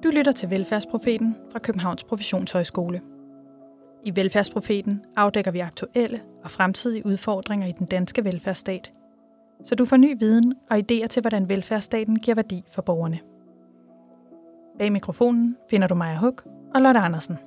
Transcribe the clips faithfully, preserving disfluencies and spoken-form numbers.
Du lytter til Velfærdsprofeten fra Københavns Professionshøjskole. I Velfærdsprofeten afdækker vi aktuelle og fremtidige udfordringer i den danske velfærdsstat, så du får ny viden og idéer til, hvordan velfærdsstaten giver værdi for borgerne. Bag mikrofonen finder du Maja Huk og Lotte Andersen.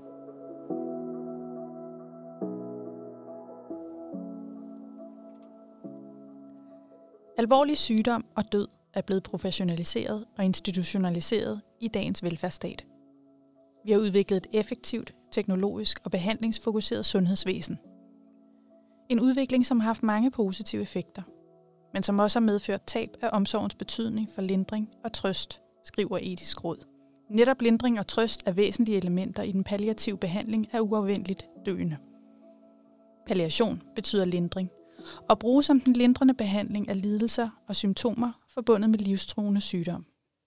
Alvorlig sygdom og død er blevet professionaliseret og institutionaliseret i dagens velfærdsstat. Vi har udviklet et effektivt, teknologisk og behandlingsfokuseret sundhedsvæsen. En udvikling, som har haft mange positive effekter, men som også har medført tab af omsorgens betydning for lindring og trøst, skriver Etisk Råd. Netop lindring og trøst er væsentlige elementer i den palliative behandling af uafvendeligt døende. Palliation betyder lindring, og bruges som den lindrende behandling af lidelser og symptomer forbundet med livstruende sygdom.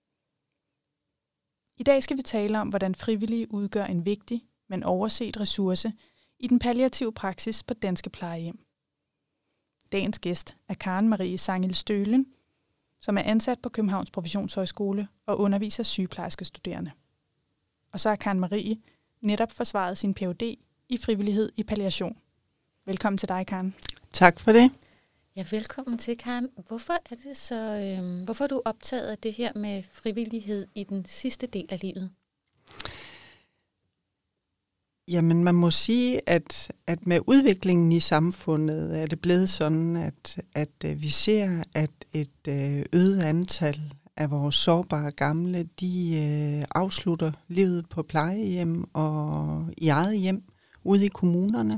I dag skal vi tale om, hvordan frivillige udgør en vigtig, men overset ressource i den palliative praksis på danske plejehjem. Dagens gæst er Karen Marie Sangil Stølen, som er ansat på Københavns Professionshøjskole og underviser sygeplejerske studerende. Og så har Karen Marie netop forsvaret sin P H D i frivillighed i palliation. Velkommen til dig, Karen. Tak for det. Ja, velkommen til, Karen. Hvorfor er det så, øh, hvorfor er du optaget af det her med frivillighed i den sidste del af livet? Jamen, man må sige, at, at med udviklingen i samfundet er det blevet sådan, at, at vi ser, at et øget antal af vores sårbare gamle, de øh, afslutter livet på plejehjem og i eget hjem ude i kommunerne.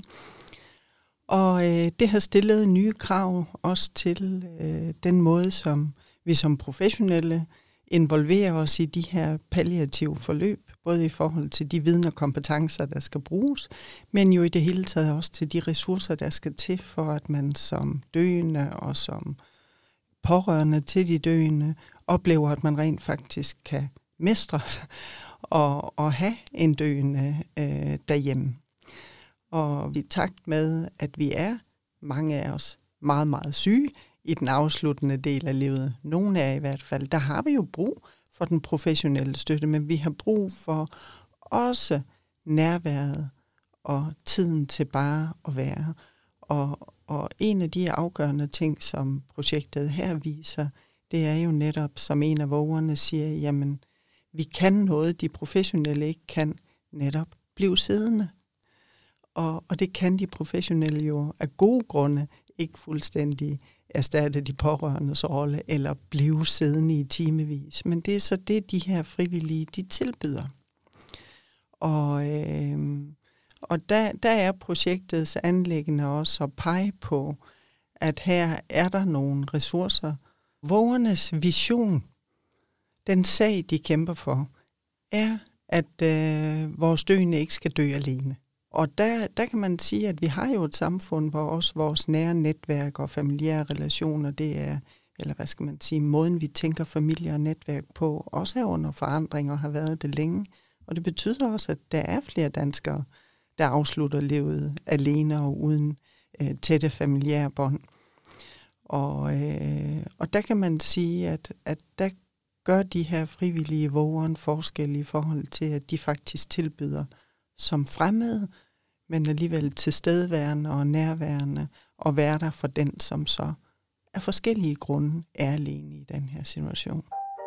Og øh, det har stillet nye krav også til øh, den måde, som vi som professionelle involverer os i de her palliative forløb, både i forhold til de viden og kompetencer, der skal bruges, men jo i det hele taget også til de ressourcer, der skal til, for at man som døende og som pårørende til de døende oplever, at man rent faktisk kan mestre og, og have en døende øh, derhjemme. Og i takt med, at vi er, mange af os, meget, meget syge i den afsluttende del af livet, nogle af i hvert fald, der har vi jo brug for den professionelle støtte, men vi har brug for også nærværet og tiden til bare at være. Og, og en af de afgørende ting, som projektet her viser, det er jo netop, som en af vågerne siger, jamen, vi kan noget, de professionelle ikke kan, netop blive siddende. Og, og det kan de professionelle jo af gode grunde ikke fuldstændig erstatte de pårørendes rolle eller blive siddende i timevis. Men det er så det, de her frivillige, de tilbyder. Og, øh, og der, der er projektets anliggende også at pege på, at her er der nogle ressourcer. Vågernes vision, den sag, de kæmper for, er, at øh, vores døende ikke skal dø alene. Og der, der kan man sige, at vi har jo et samfund, hvor også vores nære netværk og familiære relationer, det er, eller hvad skal man sige, måden vi tænker familie og netværk på, også er under forandring og har været det længe. Og det betyder også, at der er flere danskere, der afslutter livet alene og uden øh, tætte familiære bånd. Og, øh, og der kan man sige, at, at der gør de her frivillige våger en forskel i forhold til, at de faktisk tilbyder som fremmede, men alligevel tilstedeværende og nærværende, og være der for den, som så af forskellige grunde er alene i den her situation.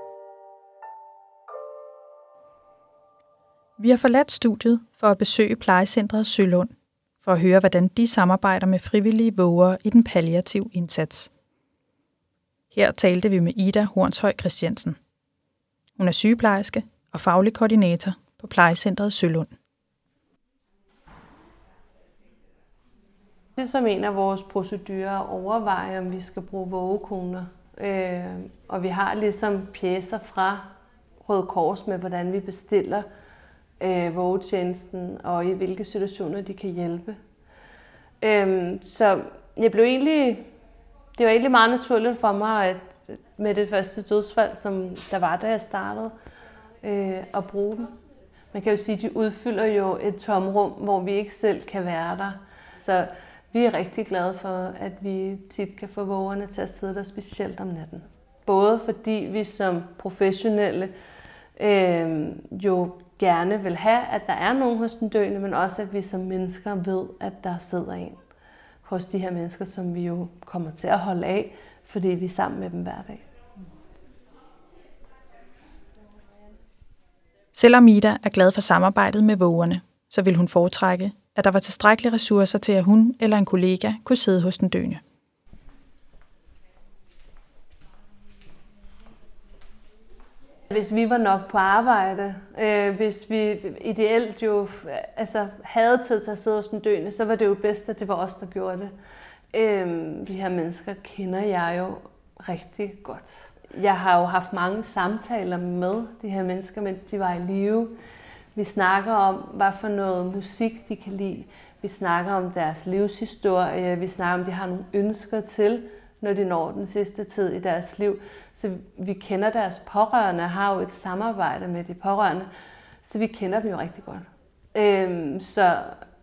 Vi har forladt studiet for at besøge plejecentret Sølund, for at høre, hvordan de samarbejder med frivillige vågere i den palliative indsats. Her talte vi med Ida Hornshøj Christiansen. Hun er sygeplejerske og faglig koordinator på plejecentret Sølund. Det er som en af vores procedurer at overveje, om vi skal bruge vågekoner. Øh, og vi har ligesom pjecer fra Røde Kors med, hvordan vi bestiller øh, vågetjenesten, og i hvilke situationer de kan hjælpe. Øh, så jeg blev egentlig, det var egentlig meget naturligt for mig, at med det første dødsfald, som der var, da jeg startede, øh, at bruge dem. Man kan jo sige, at de udfylder jo et tomrum, hvor vi ikke selv kan være der. Så vi er rigtig glade for, at vi tit kan få vågerne til at sidde der specielt om natten. Både fordi vi som professionelle øh, jo gerne vil have, at der er nogen hos den døende, men også at vi som mennesker ved, at der sidder en hos de her mennesker, som vi jo kommer til at holde af, fordi vi er sammen med dem hver dag. Selvom Ida er glad for samarbejdet med vågerne, så vil hun foretrække, at der var tilstrækkelige ressourcer til, at hun eller en kollega kunne sidde hos den døende. Hvis vi var nok på arbejde, øh, hvis vi ideelt jo altså, havde tid til at sidde hos den døende, så var det jo bedst, at det var os, der gjorde det. Øh, de her mennesker kender jeg jo rigtig godt. Jeg har jo haft mange samtaler med de her mennesker, mens de var i live. Vi snakker om, hvad for noget musik de kan lide. Vi snakker om deres livshistorie. Vi snakker om, de har nogle ønsker til, når de når den sidste tid i deres liv. Så vi kender deres pårørende og har jo et samarbejde med de pårørende. Så vi kender dem jo rigtig godt. Øhm, så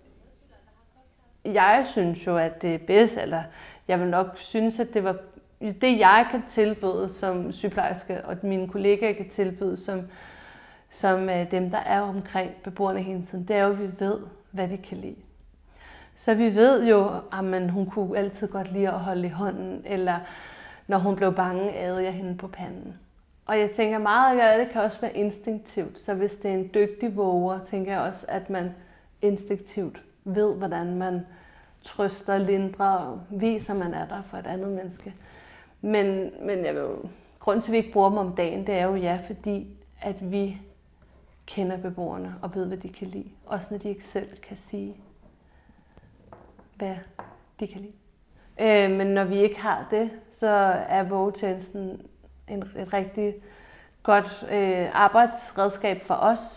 jeg synes jo, at det er bedst, eller jeg vil nok synes, at det var det, jeg kan tilbyde som sygeplejerske, og mine kollegaer kan tilbyde som, som dem, der er omkring beboerne hele tiden, det er jo, at vi ved, hvad de kan lide. Så vi ved jo, at hun kunne altid godt lide at holde i hånden, eller når hun blev bange, adede jeg hende på panden. Og jeg tænker meget, at det kan også være instinktivt. Så hvis det er en dygtig våger, tænker jeg også, at man instinktivt ved, hvordan man trøster, lindrer og viser, man er der for et andet menneske. Men, men jeg vil jo, grunden til, at vi ikke bruger dem om dagen, det er jo ja, fordi at vi kender beboerne og ved, hvad de kan lide. Også når de ikke selv kan sige, hvad de kan lide. Øh, men når vi ikke har det, så er vågetjenesten en, et rigtig godt øh, arbejdsredskab for os.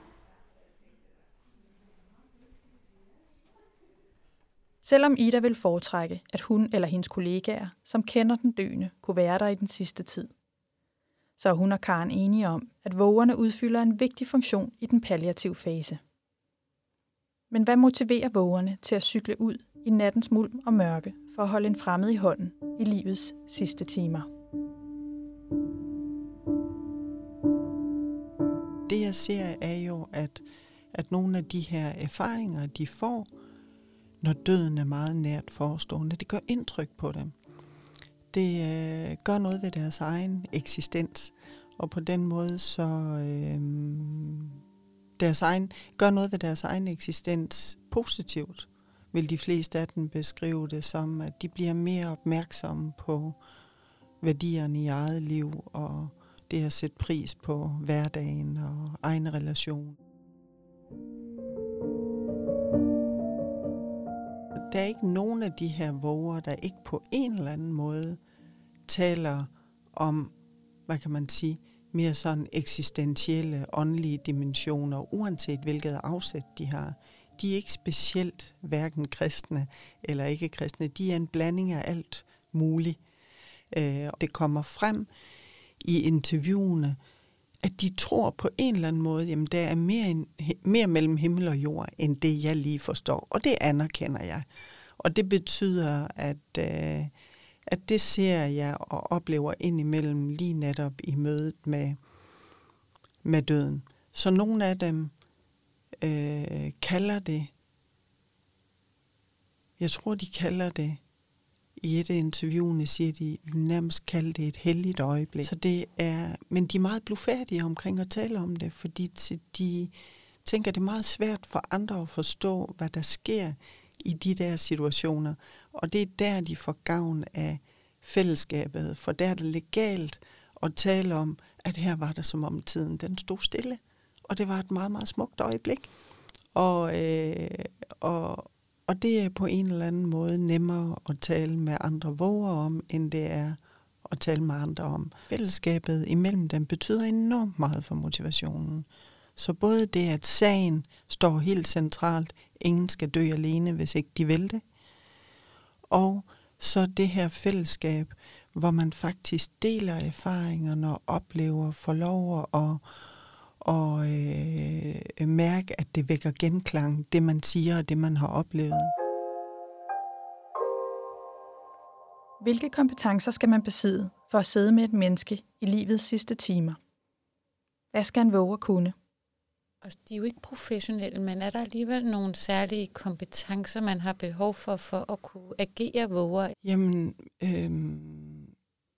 Selvom Ida vil foretrække, at hun eller hendes kollegaer, som kender den døende, kunne være der i den sidste tid, så er hun og Karen enige om, at vågerne udfylder en vigtig funktion i den palliative fase. Men hvad motiverer vågerne til at cykle ud i nattens mulm og mørke for at holde en fremmed i hånden i livets sidste timer? Det jeg ser er jo, at, at nogle af de her erfaringer, de får, når døden er meget nært forestående, det gør indtryk på dem. Det øh, gør noget ved deres egen eksistens, og på den måde så øh, deres egen, gør noget ved deres egen eksistens positivt, vil de fleste af dem beskrive det som, at de bliver mere opmærksomme på værdierne i eget liv, og det at sætte pris på hverdagen og egne relationer. Der er ikke nogen af de her våger, der ikke på en eller anden måde taler om, hvad kan man sige, mere sådan eksistentielle, åndelige dimensioner, uanset hvilket afsæt de har. De er ikke specielt hverken kristne eller ikke kristne. De er en blanding af alt muligt. Det kommer frem i interviewene, at de tror på en eller anden måde, jamen der er mere, en, mere mellem himmel og jord, end det jeg lige forstår. Og det anerkender jeg. Og det betyder, at, øh, at det ser jeg og oplever indimellem lige netop i mødet med, med døden. Så nogle af dem øh, kalder det, jeg tror de kalder det, i et af interviewene siger de, vi nærmest kalder det et helligt øjeblik. Så det er, men de er meget blufærdige omkring at tale om det, fordi de tænker, det er meget svært for andre at forstå, hvad der sker i de der situationer. Og det er der, de får gavn af fællesskabet, for der er det legalt at tale om, at her var der som om tiden, den stod stille. Og det var et meget, meget smukt øjeblik. Og, øh, og Og det er på en eller anden måde nemmere at tale med andre våger om, end det er at tale med andre om. Fællesskabet imellem dem betyder enormt meget for motivationen. Så både det, at sagen står helt centralt, ingen skal dø alene, hvis ikke de vil det, og så det her fællesskab, hvor man faktisk deler erfaringerne og oplever, får lov at og øh, mærke, at det vækker genklang, det man siger og det man har oplevet. Hvilke kompetencer skal man besidde for at sidde med et menneske i livets sidste timer? Hvad skal en våger kunne? Og de er jo ikke professionelle, men er der alligevel nogle særlige kompetencer, man har behov for, for at kunne agere våger? Jamen, øhm,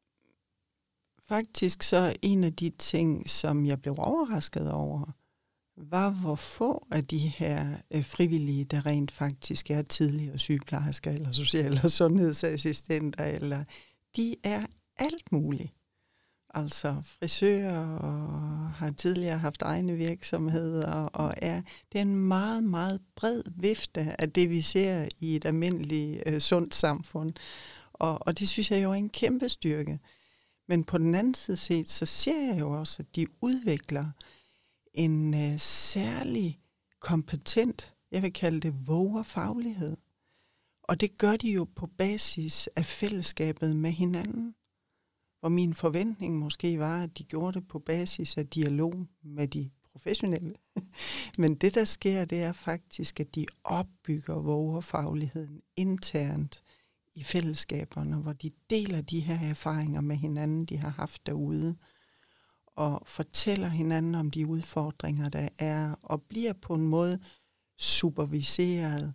faktisk så en af de ting, som jeg blev overrasket over, var hvor få af de her øh, frivillige, der rent faktisk er tidligere sygeplejersker, eller social- og sundhedsassistenter, eller de er alt muligt. Altså frisører og har tidligere haft egne virksomheder, og er, det er en meget, meget bred vifte af det, vi ser i et almindeligt øh, sundt samfund. Og, og det synes jeg jo er en kæmpe styrke. Men på den anden side set, så ser jeg jo også, at de udvikler en øh, særlig kompetent, jeg vil kalde det vågerfaglighed. Og det gør de jo på basis af fællesskabet med hinanden. Hvor min forventning måske var, at de gjorde det på basis af dialog med de professionelle. Men det, der sker, det er faktisk, at de opbygger vågerfagligheden internt i fællesskaberne, hvor de deler de her erfaringer med hinanden, de har haft derude, og fortæller hinanden om de udfordringer, der er, og bliver på en måde superviseret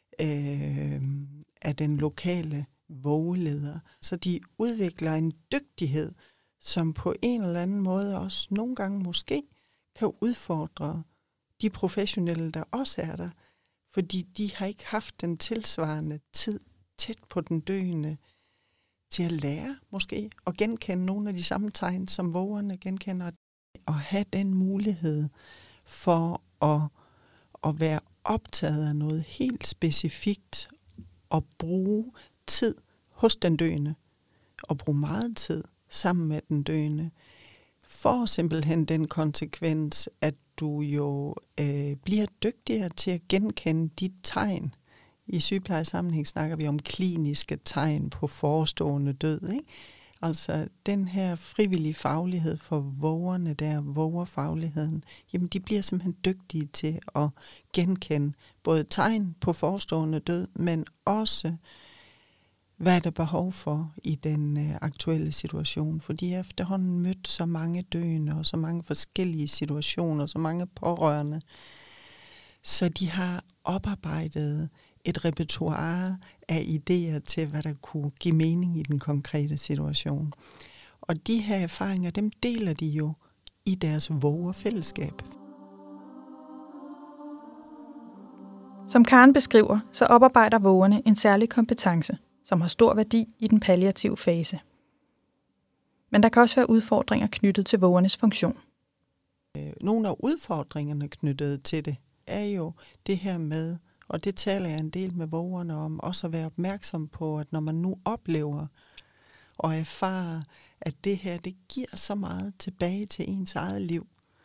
øh, af den lokale vågeleder. Så de udvikler en dygtighed, som på en eller anden måde også nogle gange måske kan udfordre de professionelle, der også er der, fordi de har ikke haft den tilsvarende tid tæt på den døende til at lære måske og genkende nogle af de samme tegn, som vågerne genkender, og have den mulighed for at, at være optaget af noget helt specifikt og bruge tid hos den døende, og bruge meget tid sammen med den døende, får simpelthen den konsekvens, at du jo øh, bliver dygtigere til at genkende de tegn. I sygeplejesammenhæng snakker vi om kliniske tegn på forestående død, ikke? Altså den her frivillige faglighed for vågerne der, vågerfagligheden, jamen de bliver simpelthen dygtige til at genkende både tegn på forestående død, men også hvad er der behov for i den øh, aktuelle situation. For de har efterhånden mødt så mange døende og så mange forskellige situationer, så mange pårørende, så de har oparbejdet et repertoire af idéer til, hvad der kunne give mening i den konkrete situation. Og de her erfaringer, dem deler de jo i deres vågerfællesskab. Som Karen beskriver, så oparbejder vågerne en særlig kompetence, som har stor værdi i den palliative fase. Men der kan også være udfordringer knyttet til vågernes funktion. Nogle af udfordringerne knyttet til det er jo det her med, og det taler jeg en del med vågerne om, også at være opmærksom på, at når man nu oplever og erfarer, at det her, det giver så meget tilbage til ens eget liv,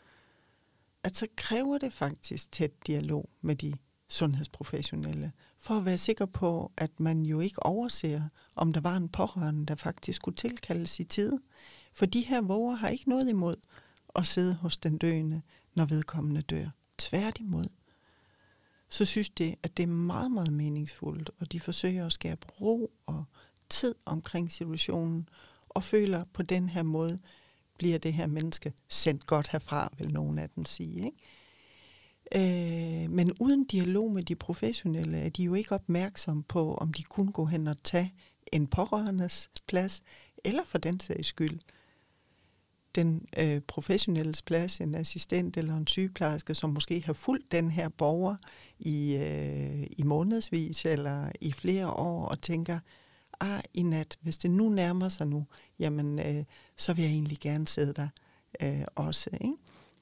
at så kræver det faktisk tæt dialog med de sundhedsprofessionelle, for at være sikker på, at man jo ikke overser, om der var en pårørende, der faktisk skulle tilkaldes i tide. For de her våger har ikke noget imod at sidde hos den døende, når vedkommende dør. Tværtimod, så synes de, at det er meget, meget meningsfuldt, og de forsøger at skabe ro og tid omkring situationen, og føler på den her måde, bliver det her menneske sendt godt herfra, vil nogen af dem sige, ikke? Øh, men uden dialog med de professionelle er de jo ikke opmærksomme på, om de kunne gå hen og tage en pårørendes plads, eller for den sags skyld den øh, professionelles plads, en assistent eller en sygeplejerske, som måske har fulgt den her borger i, øh, i månedsvis eller i flere år, og tænker, ah, i nat, hvis det nu nærmer sig nu, jamen, øh, så vil jeg egentlig gerne sidde der øh, også, ikke?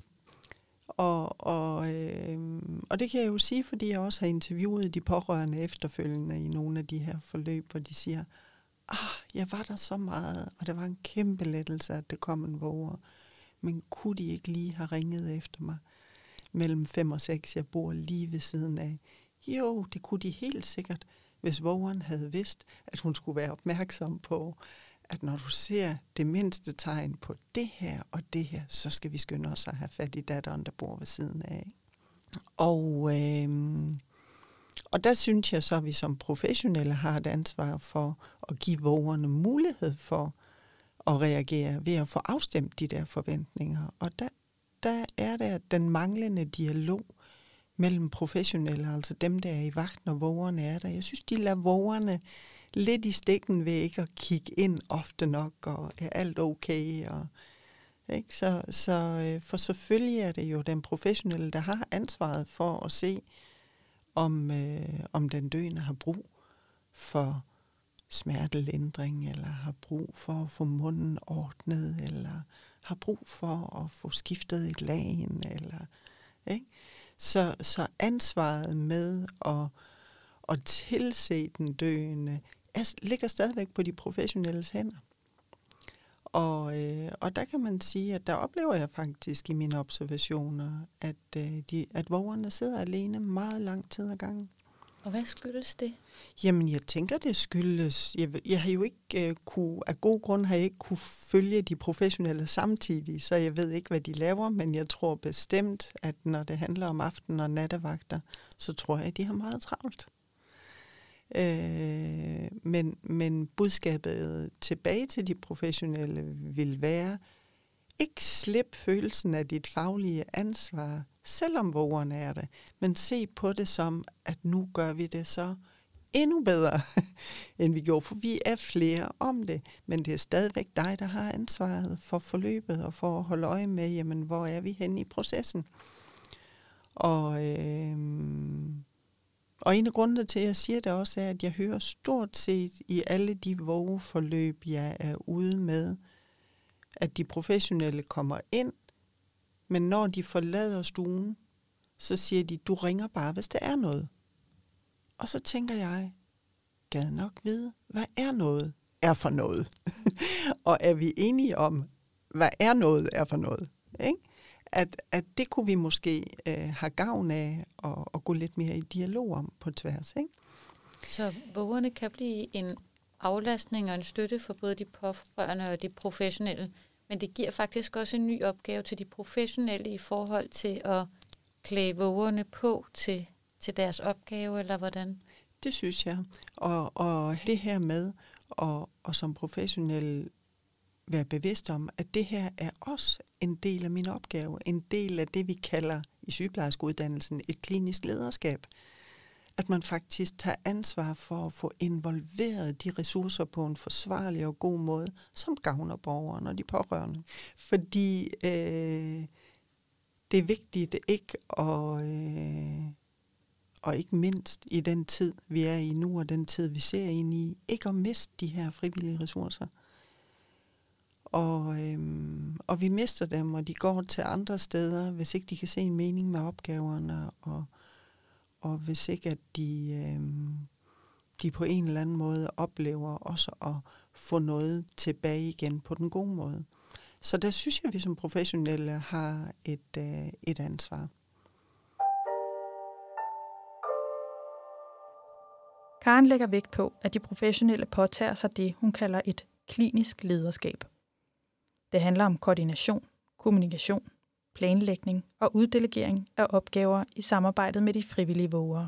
Og, og, øh, og det kan jeg jo sige, fordi jeg også har interviewet de pårørende efterfølgende i nogle af de her forløb, hvor de siger, ah, jeg var der så meget, og det var en kæmpe lettelse, at det kom en våger. Men kunne de ikke lige have ringet efter mig mellem fem og seks, jeg bor lige ved siden af? Jo, det kunne de helt sikkert, hvis vågeren havde vidst, at hun skulle være opmærksom på, at når du ser det mindste tegn på det her og det her, så skal vi skynde os at have fat i datteren, der bor ved siden af. Og, øh, og der synes jeg så, at vi som professionelle har et ansvar for at give vågerne mulighed for at reagere ved at få afstemt de der forventninger. Og der der er det, at den manglende dialog mellem professionelle, altså dem, der er i vagt, når vågerne er der. Jeg synes, de lader vågerne lidt i stikken ved ikke at kigge ind ofte nok, og er alt okay. Og, ikke? Så, så for selvfølgelig er det jo den professionelle, der har ansvaret for at se, om, øh, om den døende har brug for smertelindring, eller har brug for at få munden ordnet, eller har brug for at få skiftet et lagen, eller ikke? Så, så ansvaret med at, at tilse den døende er, ligger stadigvæk på de professionelles hænder. Og, øh, og der kan man sige, at der oplever jeg faktisk i mine observationer, at, øh, de, at vågerne sidder alene meget lang tid ad gangen. Og hvad skyldes det? Jamen, jeg tænker, det skyldes... Jeg, jeg har jo ikke øh, kunne... Af god grund har jeg ikke kunne følge de professionelle samtidig, så jeg ved ikke, hvad de laver, men jeg tror bestemt, at når det handler om aften- og nattevagter, så tror jeg, at de har meget travlt. Øh, men, men budskabet tilbage til de professionelle vil være, ikke slip følelsen af dit faglige ansvar, selvom vågerne er det, men se på det som, at nu gør vi det så endnu bedre, end vi gjorde, for vi er flere om det, men det er stadigvæk dig, der har ansvaret for forløbet og for at holde øje med, jamen, hvor er vi henne i processen. Og, øh, og en af grundene til, at jeg siger det også, er, at jeg hører stort set i alle de vågeforløb, jeg er ude med, at de professionelle kommer ind, men når de forlader stuen, så siger de, du ringer bare, hvis der er noget. Og så tænker jeg, gad nok vide, hvad er noget er for noget? Og er vi enige om, hvad er noget er for noget? Ikke? At, at det kunne vi måske øh, have gavn af at, at gå lidt mere i dialog om på tværs. Ikke? Så vågerne kan blive en aflastning og en støtte for både de pårørende og de professionelle, men det giver faktisk også en ny opgave til de professionelle i forhold til at klæde vågerne på til, til deres opgave, eller hvordan? Det synes jeg. Og, og det her med at og som professionel være bevidst om, at det her er også en del af min opgave, en del af det, vi kalder i sygeplejerskeuddannelsen et klinisk lederskab. At man faktisk tager ansvar for at få involveret de ressourcer på en forsvarlig og god måde, som gavner borgeren og de pårørende. Fordi øh, det er vigtigt ikke at, øh, og ikke mindst i den tid, vi er i nu, og den tid, vi ser ind i, ikke at miste de her frivillige ressourcer. Og, øhm, og vi mister dem, og de går til andre steder, hvis ikke de kan se en mening med opgaverne, og, og hvis ikke at de, øhm, de på en eller anden måde oplever også at få noget tilbage igen på den gode måde. Så der synes jeg, at vi som professionelle har et, øh, et ansvar. Karen lægger vægt på, at de professionelle påtager sig det, hun kalder et klinisk lederskab. Det handler om koordination, kommunikation, planlægning og uddelegering af opgaver i samarbejdet med de frivillige vågere.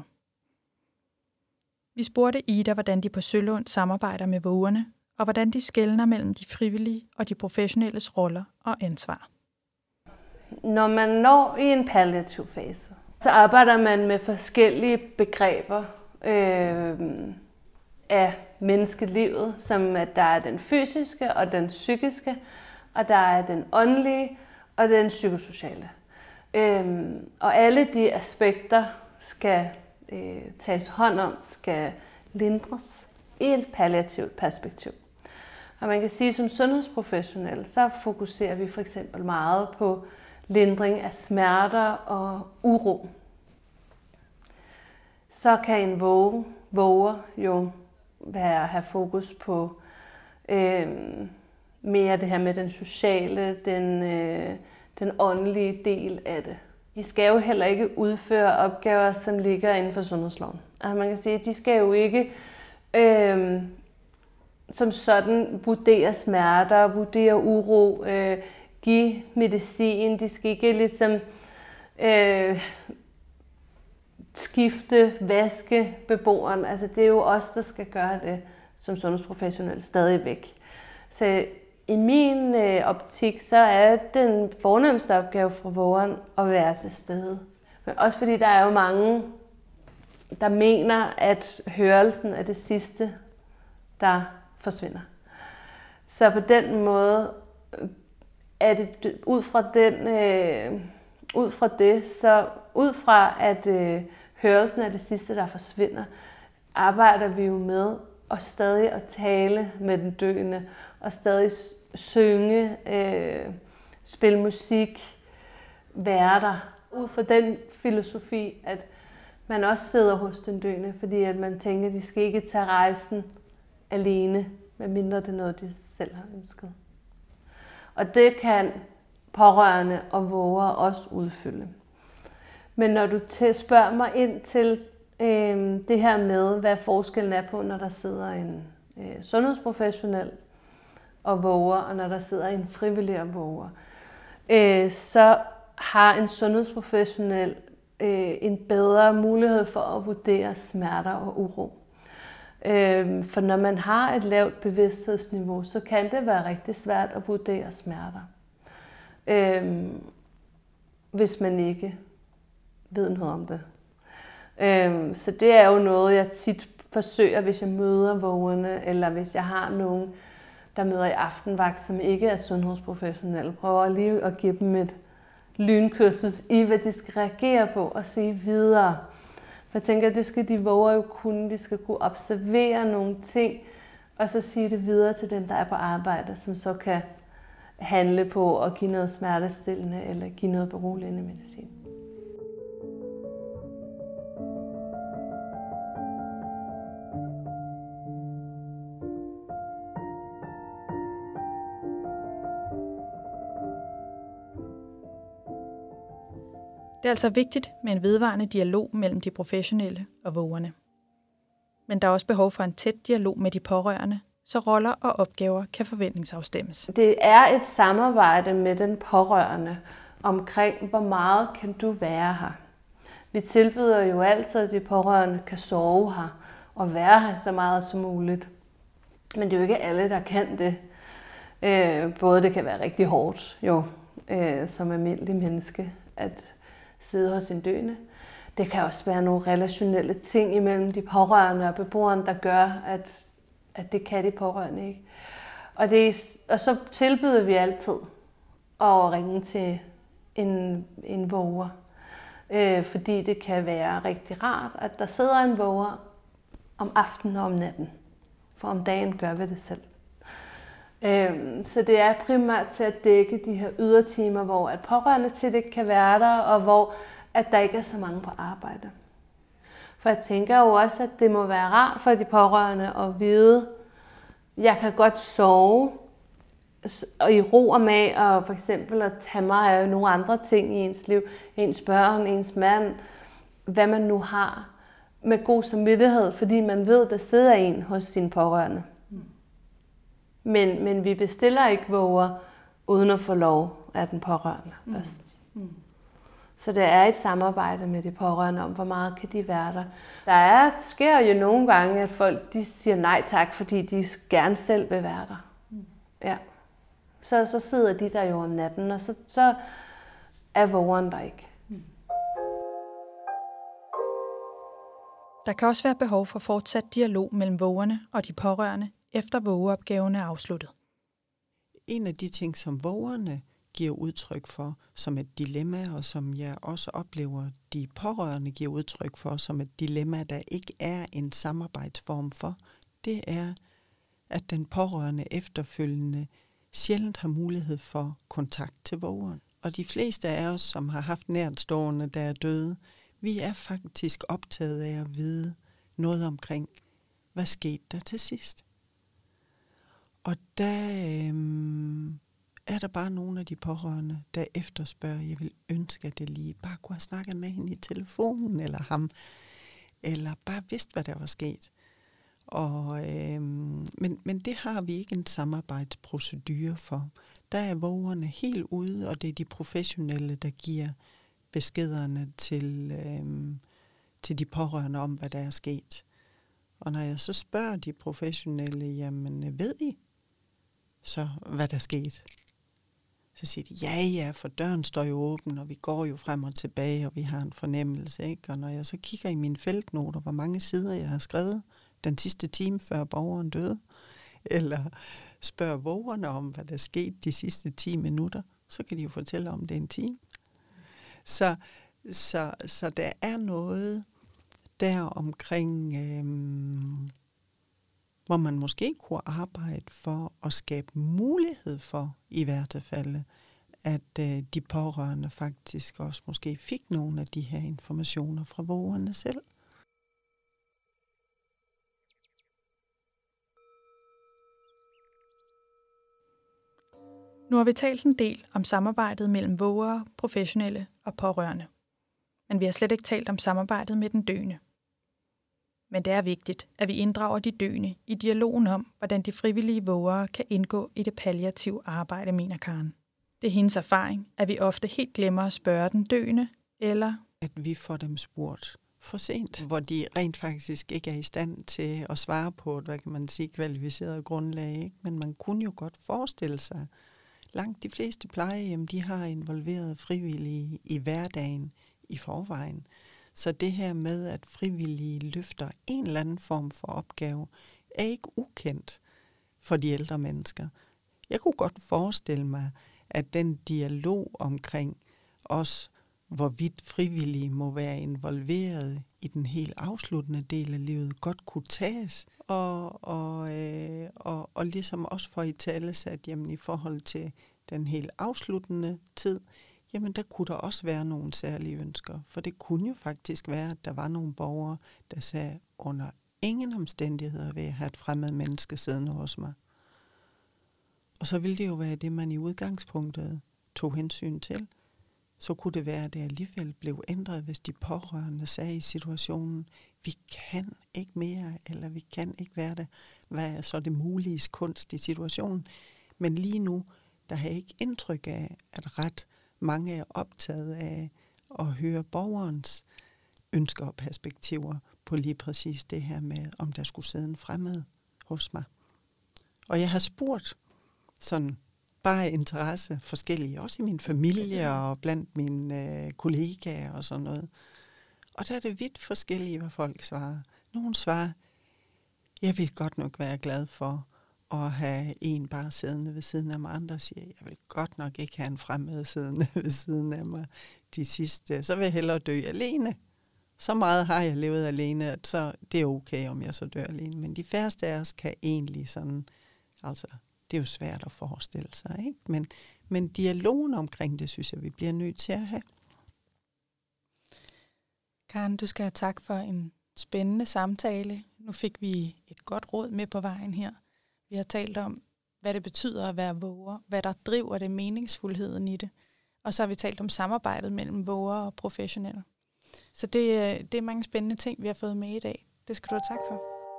Vi spurgte Ida, hvordan de på Sølund samarbejder med vågerne, og hvordan de skelner mellem de frivillige og de professionelles roller og ansvar. Når man når i en palliativ fase, så arbejder man med forskellige begreber øh, af menneskelivet, som at der er den fysiske og den psykiske, og der er den åndelige og den psykosociale. Øhm, og alle de aspekter skal øh, tages hånd om, skal lindres i et palliativt perspektiv. Og man kan sige, at som sundhedsprofessionel, så fokuserer vi for eksempel meget på lindring af smerter og uro. Så kan en våge, våger jo være, have fokus på øh, mere det her med den sociale, den, øh, den åndelige del af det. De skal jo heller ikke udføre opgaver, som ligger inden for sundhedsloven. Altså man kan sige, at de skal jo ikke øh, som sådan vurdere smerter, vurdere uro, øh, give medicin. De skal ikke ligesom øh, skifte, vaske beboeren. Altså det er jo os, der skal gøre det som sundhedsprofessionelle stadigvæk. Så i min øh, optik, så er den fornemmeste opgave for vågeren at være til stede. Men også fordi der er jo mange, der mener, at hørelsen er det sidste, der forsvinder. Så på den måde er det ud fra den, øh, ud fra det, så ud fra at øh, hørelsen er det sidste, der forsvinder, arbejder vi jo med at stadig at tale med den døende, og stadig synge, øh, spille musik, være der. Ud fra den filosofi, at man også sidder hos den døende, fordi at man tænker, at de skal ikke tage rejsen alene, medmindre det er noget, de selv har ønsket. Og det kan pårørende og vågere også udfylde. Men når du spørger mig ind til øh, det her med, hvad forskellen er på, når der sidder en øh, sundhedsprofessionel og våger, og når der sidder en frivillig og våger, øh, så har en sundhedsprofessionel øh, en bedre mulighed for at vurdere smerter og uro. Øh, for når man har et lavt bevidsthedsniveau, så kan det være rigtig svært at vurdere smerter. Øh, hvis man ikke ved noget om det. Øh, så det er jo noget, jeg tit forsøger, hvis jeg møder vågerne, eller hvis jeg har nogen, der møder i aftenvagt, som ikke er sundhedsprofessionelle. Prøver lige at give dem et lynkursus i, hvad de skal reagere på og sige videre. Jeg tænker, at det skal de våger jo kunne. De skal kunne observere nogle ting, og så sige det videre til dem, der er på arbejde, som så kan handle på at give noget smertestillende eller give noget beroligende medicin. Det er altså vigtigt med en vedvarende dialog mellem de professionelle og vågerne. Men der er også behov for en tæt dialog med de pårørende, så roller og opgaver kan forventningsafstemmes. Det er et samarbejde med den pårørende omkring, hvor meget kan du være her. Vi tilbyder jo altid, at de pårørende kan sove her og være her så meget som muligt. Men det er jo ikke alle, der kan det. Øh, både det kan være rigtig hårdt, jo, øh, som almindelig menneske, at sidde hos en døende. Det kan også være nogle relationelle ting imellem de pårørende og beboeren, der gør, at, at det kan de pårørende ikke. Og, det, og så tilbyder vi altid at ringe til en, en våger. Øh, fordi det kan være rigtig rart, at der sidder en våger om aftenen og om natten. For om dagen gør vi det selv. Øh, så det er primært til at dække de her ydertimer, hvor at pårørende til det kan være der, og hvor at der ikke er så mange på arbejde. For jeg tænker jo også, at det må være rart for de pårørende at vide, at jeg kan godt sove og i ro og mag, og for eksempel at tage mig af nogle andre ting i ens liv, ens børn, ens mand, hvad man nu har, med god samvittighed, fordi man ved, at der sidder en hos sine pårørende. Mm. Men, men vi bestiller ikke våger uden at få lov af den pårørende mm. først. Mm. Så det er et samarbejde med de pårørende om, hvor meget kan de være der. Der er, sker jo nogle gange, at folk de siger nej tak, fordi de gerne selv vil være der. Mm. Ja. Så, så sidder de der jo om natten, og så, så er vågeren der ikke. Mm. Der kan også være behov for fortsat dialog mellem vågerne og de pårørende, efter vågeopgaven er afsluttet. En af de ting, som vågerne giver udtryk for som et dilemma, og som jeg også oplever, de pårørende giver udtryk for som et dilemma, der ikke er en samarbejdsform for, det er, at den pårørende efterfølgende sjældent har mulighed for kontakt til vågeren. Og de fleste af os, som har haft nærtstående, der er døde, vi er faktisk optaget af at vide noget omkring, hvad skete der til sidst. Og der øhm, er der bare nogle af de pårørende, der efterspørger, jeg vil ønske, at jeg lige bare kunne have snakket med hende i telefonen, eller ham, eller bare vidste, hvad der var sket. Og, øhm, men, men det har vi ikke en samarbejdsprocedure for. Der er vågerne helt ude, og det er de professionelle, der giver beskederne til, øhm, til de pårørende om, hvad der er sket. Og når jeg så spørger de professionelle, jamen ved I? så hvad der skete. Så siger de, ja, ja, for døren står jo åben, og vi går jo frem og tilbage, og vi har en fornemmelse, ikke? Og når jeg så kigger i mine feltnoter, hvor mange sider jeg har skrevet den sidste time, før borgeren døde, eller spørger vågerne om, hvad der skete de sidste ti minutter, så kan de jo fortælle om det en time. Så, så, så der er noget der omkring, øhm, hvor man måske kunne arbejde for at skabe mulighed for, i hvert fald, at øh, de pårørende faktisk også måske fik nogle af de her informationer fra vågerne selv. Nu har vi talt en del om samarbejdet mellem vågere, professionelle og pårørende. Men vi har slet ikke talt om samarbejdet med den døende. Men det er vigtigt, at vi inddrager de døende i dialogen om, hvordan de frivillige vågere kan indgå i det palliative arbejde, mener Karen. Det er hendes erfaring, at vi ofte helt glemmer at spørge den døende, eller at vi får dem spurgt for sent, hvor de rent faktisk ikke er i stand til at svare på et, hvad kan man sige, kvalificeret grundlag. Ikke? Men man kunne jo godt forestille sig, langt de fleste plejehjem, de har involveret frivillige i hverdagen i forvejen. Så det her med, at frivillige løfter en eller anden form for opgave, er ikke ukendt for de ældre mennesker. Jeg kunne godt forestille mig, at den dialog omkring os, hvorvidt frivillige må være involveret i den helt afsluttende del af livet, godt kunne tages, og, og, øh, og, og ligesom også for i tale sat, jamen i forhold til den helt afsluttende tid, jamen der kunne der også være nogle særlige ønsker. For det kunne jo faktisk være, at der var nogle borgere, der sagde, under ingen omstændigheder vil jeg have et fremmed menneske siddende hos mig. Og så ville det jo være det, man i udgangspunktet tog hensyn til. Så kunne det være, at det alligevel blev ændret, hvis de pårørende sagde i situationen, vi kan ikke mere, eller vi kan ikke være det. Hvad er så det mulige kunst i situationen? Men lige nu, der har jeg ikke indtryk af, at ret mange er optaget af at høre borgerens ønsker og perspektiver på lige præcis det her med, om der skulle sidde en fremmed hos mig. Og jeg har spurgt sådan bare interesse forskellige, også i min familie og blandt mine øh, kollegaer og sådan noget. Og der er det vidt forskellige, hvad folk svarer. Nogle svarer, jeg vil godt nok være glad for at have en bare siddende ved siden af mig. Andre siger, jeg vil godt nok ikke have en fremmed siddende ved siden af mig de sidste. Så vil jeg hellere dø alene. Så meget har jeg levet alene, at så det er okay, om jeg så dør alene. Men de færreste af os kan egentlig sådan, altså det er jo svært at forestille sig, ikke? Men, men dialogen omkring det, synes jeg, vi bliver nødt til at have. Karen, du skal have tak for en spændende samtale. Nu fik vi et godt råd med på vejen her. Vi har talt om, hvad det betyder at være våger, hvad der driver det, meningsfuldheden i det. Og så har vi talt om samarbejdet mellem våger og professionelle. Så det, det er mange spændende ting, vi har fået med i dag. Det skal du have tak for.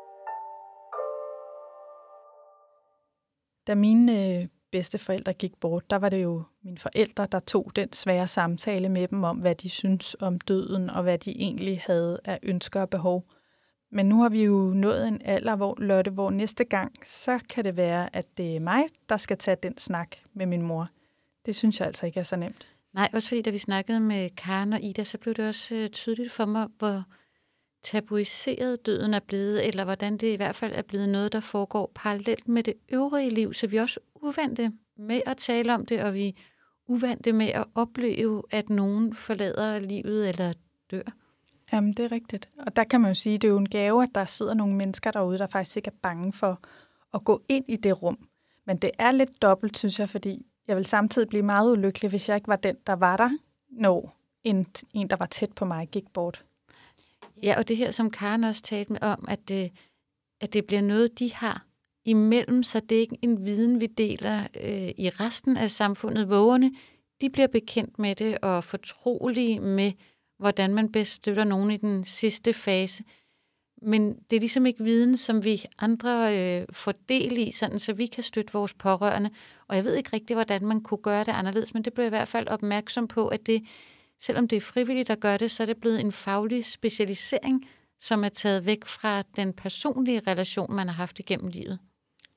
Da mine bedsteforældre gik bort, der var det jo mine forældre, der tog den svære samtale med dem om, hvad de synes om døden, og hvad de egentlig havde af ønsker og behov. Men nu har vi jo nået en alder, hvor Lotte, hvor næste gang, så kan det være, at det er mig, der skal tage den snak med min mor. Det synes jeg altså ikke er så nemt. Nej, også fordi da vi snakkede med Karen og Ida, så blev det også tydeligt for mig, hvor tabuiseret døden er blevet, eller hvordan det i hvert fald er blevet noget, der foregår parallelt med det øvrige liv, så vi er også uvante med at tale om det, og vi er uvante med at opleve, at nogen forlader livet eller dør. Jamen, det er rigtigt. Og der kan man jo sige, at det er jo en gave, at der sidder nogle mennesker derude, der faktisk ikke er bange for at gå ind i det rum. Men det er lidt dobbelt, synes jeg, fordi jeg vil samtidig blive meget ulykkelig, hvis jeg ikke var den, der var der, når en, en der var tæt på mig, gik bort. Ja, og det her, som Karen også talte med om, at det, at det bliver noget, de har imellem, så det er ikke en viden, vi deler øh, i resten af samfundet. Vågerne, de bliver bekendt med det og fortrolige med, hvordan man bedst støtter nogen i den sidste fase. Men det er ligesom ikke viden, som vi andre øh, får del i, sådan, så vi kan støtte vores pårørende. Og jeg ved ikke rigtig, hvordan man kunne gøre det anderledes, men det bliver i hvert fald opmærksom på, at det, selvom det er frivilligt at gøre det, så er det blevet en faglig specialisering, som er taget væk fra den personlige relation, man har haft igennem livet.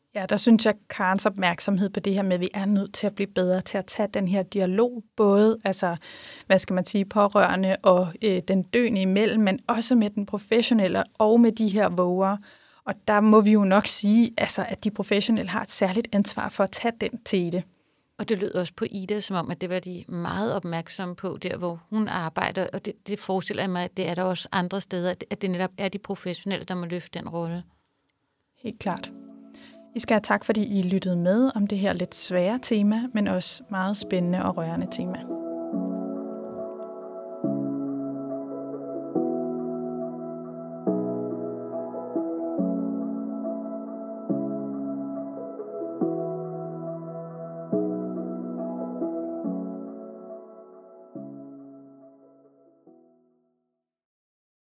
Ja, der synes jeg, Karens opmærksomhed på det her med, at vi er nødt til at blive bedre til at tage den her dialog, både altså, hvad skal man sige, pårørende og øh, den døende imellem, men også med den professionelle og med de her våger. Og der må vi jo nok sige, altså, at de professionelle har et særligt ansvar for at tage den tete. Og det lød også på Ida, som om, at det var de meget opmærksomme på, der hvor hun arbejder. Og det, det forestiller jeg mig, at det er der også andre steder, at det netop er de professionelle, der må løfte den rolle. Helt klart. I skal have tak, fordi I lyttede med om det her lidt svære tema, men også meget spændende og rørende tema.